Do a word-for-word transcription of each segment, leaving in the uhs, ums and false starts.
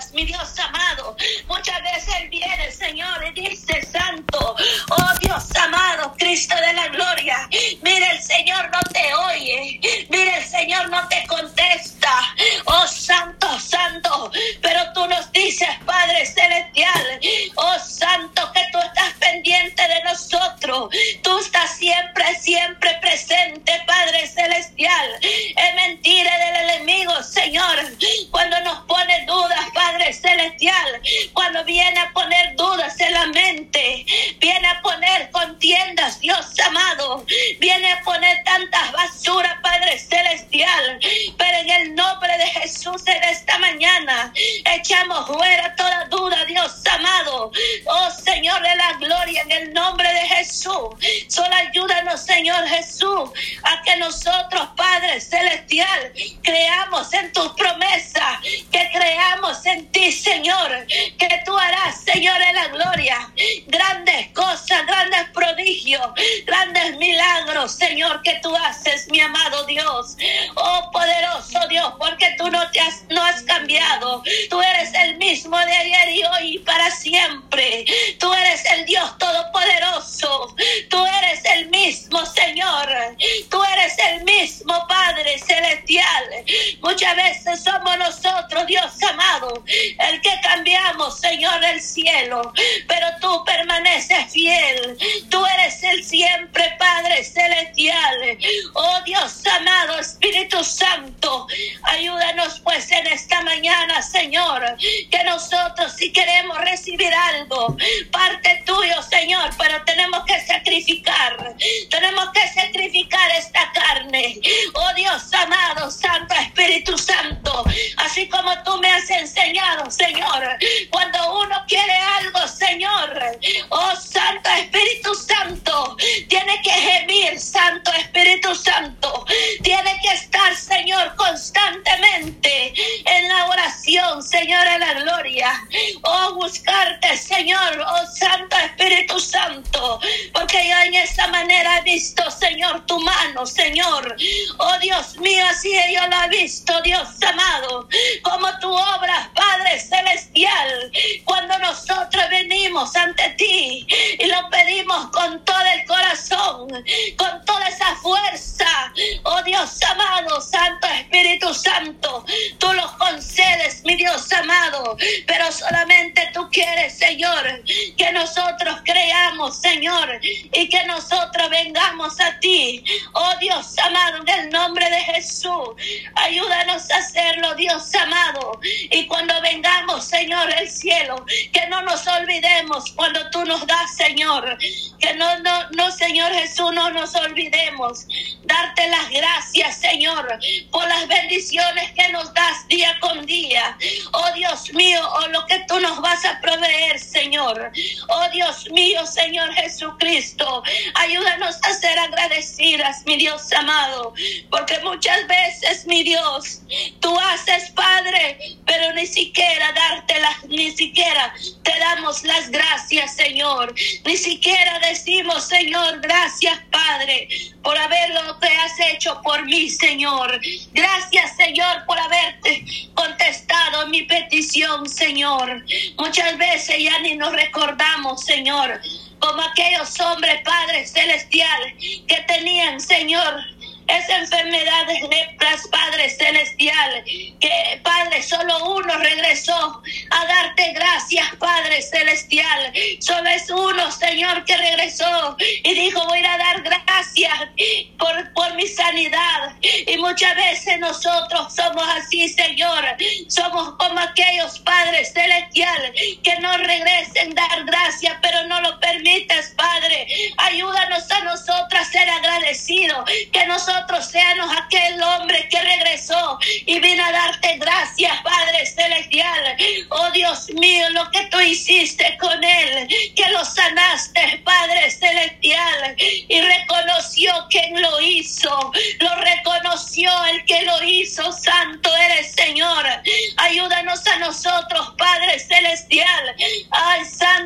ayudas, mi Dios amado. Muchas veces Él viene, Señor, y dice, Santo, oh Dios amado, Cristo de la gloria, mira, el Señor no te oye, mira, el Señor no te contesta, oh Santo, Santo, pero tú nos dices, Padre Celestial, oh Santo, que tú estás pendiente de nosotros, tú estás siempre, siempre presente, Padre Celestial. Es mentira del enemigo, Señor, cuando nos pone dudas, Padre Celestial, cuando viene a poner dudas en la mente, viene a poner contiendas, Dios amado, viene a poner tantas basuras, Padre Celestial, pero en el nombre de Jesús en esta mañana echamos fuera toda duda, Dios amado, oh Señor de la gloria, en el nombre de Jesús. Solo ayúdanos, Señor Jesús, a que nosotros, Padre Celestial, creamos en tus promesas, que creamos en ti, Señor, que tú harás, Señor de la gloria, grandes cosas, grandes prodigios, grandes milagros, Señor, que tú haces, mi amado Dios. Oh poderoso Dios, porque tú no te has, no has cambiado. Tú eres el mismo de ayer y hoy y para siempre. Tú eres el Dios todopoderoso. Tú eres el mismo, Señor. Tú eres el mismo, Padre Celestial. Muchas veces somos nosotros, Dios amado, el que cambiamos, Señor, el cielo, pero tú permaneces fiel. Tú eres el siempre, Padre Celestial. Oh Dios amado, Espíritu Santo, ayúdanos pues en esta mañana, Señor, que nosotros si queremos recibir algo, parte tuyo, Señor, pero tenemos que sacrificar, tenemos que sacrificar esta carne. Oh Dios amado, Santo Espíritu Santo, así como tú me has enseñado, Señor, cuando uno quiere algo, Señor, oh Santo Espíritu Santo, tiene que gemir, Santo Espíritu Santo, tiene que estar, Señor, constantemente en la oración, Señor, en la gloria, oh buscarte, Señor, oh Santo Espíritu Santo, porque yo en esa manera he visto, Señor, tu mano, Señor, oh Dios mío, así yo lo he visto, Dios amado, como tú obras, Padre Celestial, cuando nosotros venimos ante ti y lo pedimos con todo el corazón, con toda esa fuerza, oh Dios amado, Santo Espíritu Santo, tú los concedes, mi Dios amado, pero solamente tú quieres, Señor, que nosotros creamos, Señor, y que nosotros vengamos a ti, oh Dios amado, en el nombre de Jesús, ayúdanos a hacerlo, Dios amado, y cuando vengamos, Señor, el cielo, que no nos olvidemos cuando tú nos das, Señor, que no, no, no, Señor Jesús, no nos olvidemos, darte las gracias, Señor, por las bendiciones que nos das día con día, oh Dios mío, oh lo que tú nos vas a proveer, Señor, oh Dios mío, Señor Jesucristo, ayúdanos a ser agradecidas, mi Dios amado, porque muchas veces, mi Dios, tú haces, Padre, pero ni siquiera dártelas, ni siquiera te damos las gracias, Señor, ni siquiera decimos, Señor, gracias, Padre, por haber lo que has hecho por mí, Señor, gracias, Señor, por haberte contestado mi petición, Señor. Muchas veces ya ni nos recordamos, Señor, como aquellos hombres, Padre Celestial, que tenían, Señor, esa enfermedad de lepras, Padre Celestial, que, Padre, solo uno regresó a darte gracias, Padre Celestial. Solo es uno, Señor, que regresó y dijo, voy a ir a dar gracias por, por mi sanidad. Y muchas veces nosotros somos así, Señor. Somos como aquellos, Padre Celestial, que no regresen a dar gracias, pero no lo permites, Padre. Ayúdanos a nosotros a ser agradecidos, que nosotros seamos aquel hombre que regresó y vino a darte gracias, Padre Celestial. Oh Dios mío, lo que tú hiciste con él, que lo sanaste, Padre Celestial, y reconoció quien lo hizo, lo reconoció el que lo hizo. Santo eres, Señor. Ayúdanos a nosotros, Padre Celestial. Ay, Santo,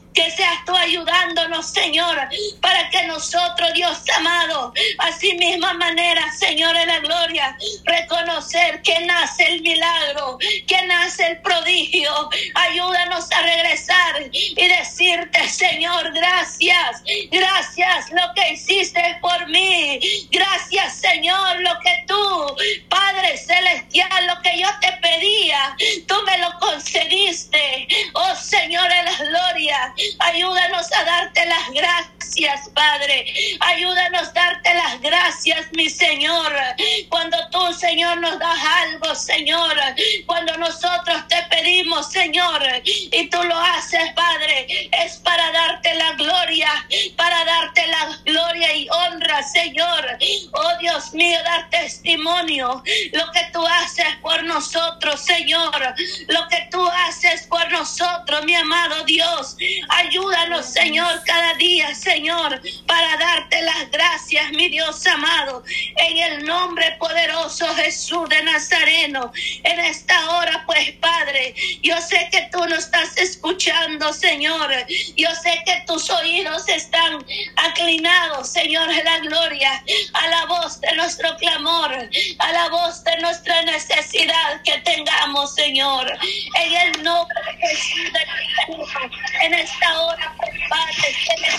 que seas tú ayudándonos, Señor, para que nosotros, Dios amado, así misma manera, Señor, en la gloria, reconocer que nace el milagro, que nace el prodigio. Ayúdanos a regresar y decirte, Señor, gracias, gracias lo que hiciste por mí, gracias, Señor, lo que tú, Padre celestial, lo que yo te pedía, tú me lo concediste. Oh Señor, en la gloria, ayúdanos a darte las gracias, Padre. Ayúdanos a darte las gracias, mi Señor. Cuando tú, Señor, nos das algo, Señor, cuando nosotros te pedimos, Señor, y tú lo haces, Padre, es para darte la gloria, para darte la gloria y honra, Señor. Oh Dios mío, dar testimonio lo que tú haces por nosotros, Señor, lo que tú haces por nosotros, mi amado Dios. Ayúdanos, Señor, cada día, Señor, para darte las gracias, mi Dios amado, en el nombre poderoso Jesús de Nazareno. En esta hora, pues, Padre, yo sé que tú nos estás escuchando, Señor. Yo sé que tus oídos están inclinados, Señor, en la gloria, a la voz de nuestro clamor, a la voz de nuestra necesidad que tengamos, Señor. En el nombre de Jesús de Nazareno, en esta hora, pues, Padre,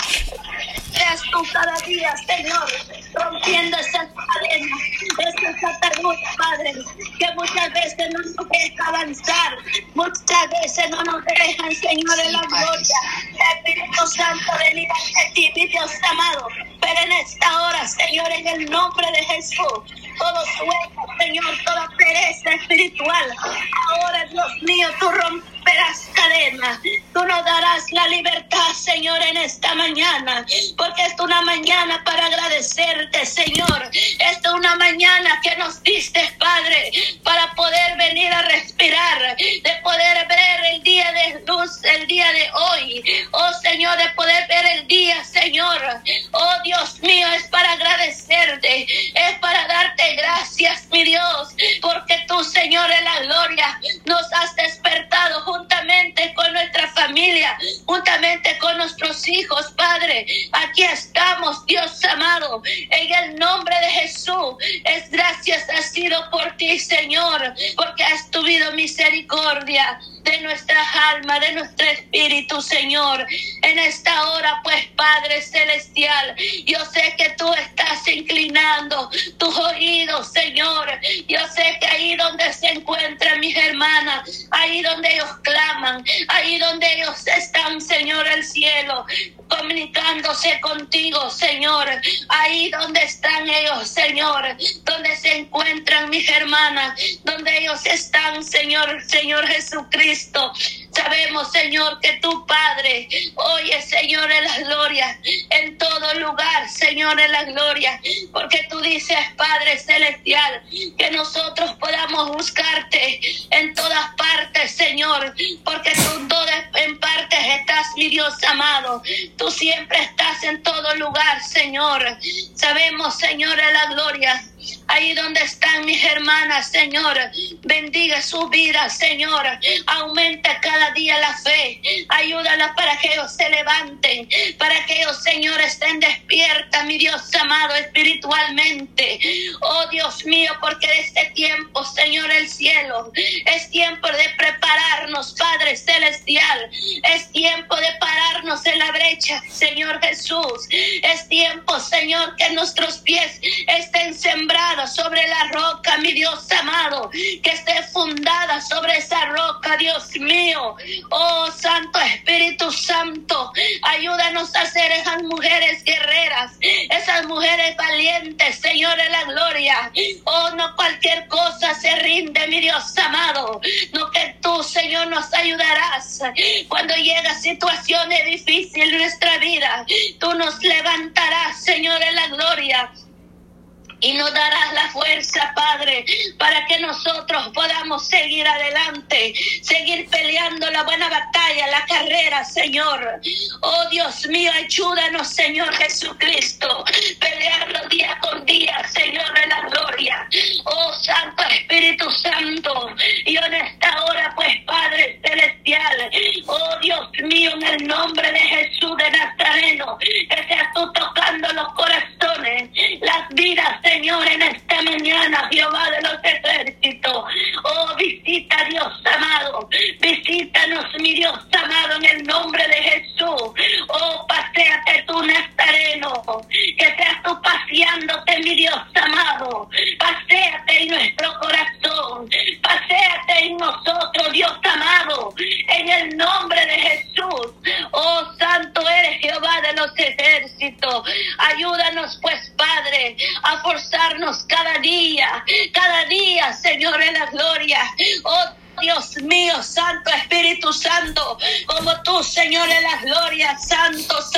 seas tú cada día, Señor, rompiendo esas cadenas, esas ataduras, Padre, que muchas veces no nos dejan avanzar, muchas veces no nos dejan, Señor, en la gloria. Espíritu Santo, venid ante ti, mi Dios amado, pero en esta hora, Señor, en el nombre de Jesús, todo sueño, Señor, toda pereza espiritual, ahora, Dios mío, tú romperás cadenas, tú nos darás la libertad, Señor, en esta mañana, porque es una mañana para agradecerte, Señor. Esta es una mañana que nos diste, Padre, para poder venir a respirar, de poder ver el día de luz, el día de hoy, oh Señor, de poder ver el día, Señor. Oh Dios mío, es para agradecerte, es para darte gracias, mi Dios, porque tú, Señor, en la gloria, nos has despertado juntamente con nuestra familia, juntamente con nuestros hijos, Padre. Aquí estamos, Dios amado, en el nombre de Jesús. Es gracias ha sido por ti, Señor, porque has tuvido misericordia de nuestra alma, de nuestro espíritu, Señor. En esta hora, pues, Padre celestial, yo sé que tú estás inclinando tus oídos, Señor. Yo sé que ahí donde se encuentran mis hermanas, ahí donde ellos claman, ahí donde ellos están, Señor, el cielo, comunicándose contigo, Señor. Ahí donde están ellos, Señor, donde se encuentran mis hermanas, donde ellos están, Señor, Señor Jesucristo. Sabemos, Señor, que tu Padre, oye, Señor, en la gloria, en todo lugar, Señor, en la gloria, porque tú dices, Padre celestial, que nosotros podamos buscarte en todas partes, Señor, porque tú todas en partes estás, mi Dios amado. Tú siempre estás en todo lugar, Señor. Sabemos, Señor, en la gloria, ahí donde están mis hermanas, Señor, bendiga su vida, Señor, aumenta cada día la fe, ayúdala para que ellos se levanten, para que ellos, Señor, estén despiertas, mi Dios amado, espiritualmente. Oh Dios mío, porque de este tiempo, Señor, el cielo, es tiempo de prepararnos, Padre celestial, es tiempo de pararnos en la brecha, Señor Jesús, es tiempo, Señor, que nuestros pies estén sembrados sobre la roca, mi Dios amado, que esté fundada sobre esa roca, Dios mío. Oh Santo Espíritu Santo, ayúdanos a ser esas mujeres guerreras, esas mujeres valientes, Señor, en la gloria. Oh, no cualquier cosa se rinde, mi Dios amado, no, que tú, Señor, nos ayudarás cuando llega situaciones difíciles en nuestra vida. Tú nos levantarás, Señor, en la gloria, y nos darás la fuerza, Padre, para que nosotros podamos seguir adelante, seguir peleando la buena batalla, la carrera, Señor. Oh Dios mío, ayúdanos, Señor Jesucristo, pelearlo día con día, Señor, en la gloria. Oh Santo Espíritu Santo, y en esta hora, pues, Padre celestial, oh Dios mío, en el nombre de Jesús de Nazareno, que seas tú tocando los corazones, las vidas, Señor, en esta mañana, Jehová de los ejércitos. Oh, visita, Dios amado, visítanos, mi Dios amado, en el nombre de Jesús. Oh, paséate tú, Nazareno, que seas tú paseándote, mi Dios amado. Paséate en nuestro corazón, paséate en nosotros, Dios amado, en el nombre de Jesús. Oh, santo eres, Jehová de los ejércitos. Ayúdanos, pues, Padre, a forzarnos cada día, cada día, Señor, en la gloria. Oh, Dios mío, Santo Espíritu Santo, como tú, Señor, en la gloria, Santo,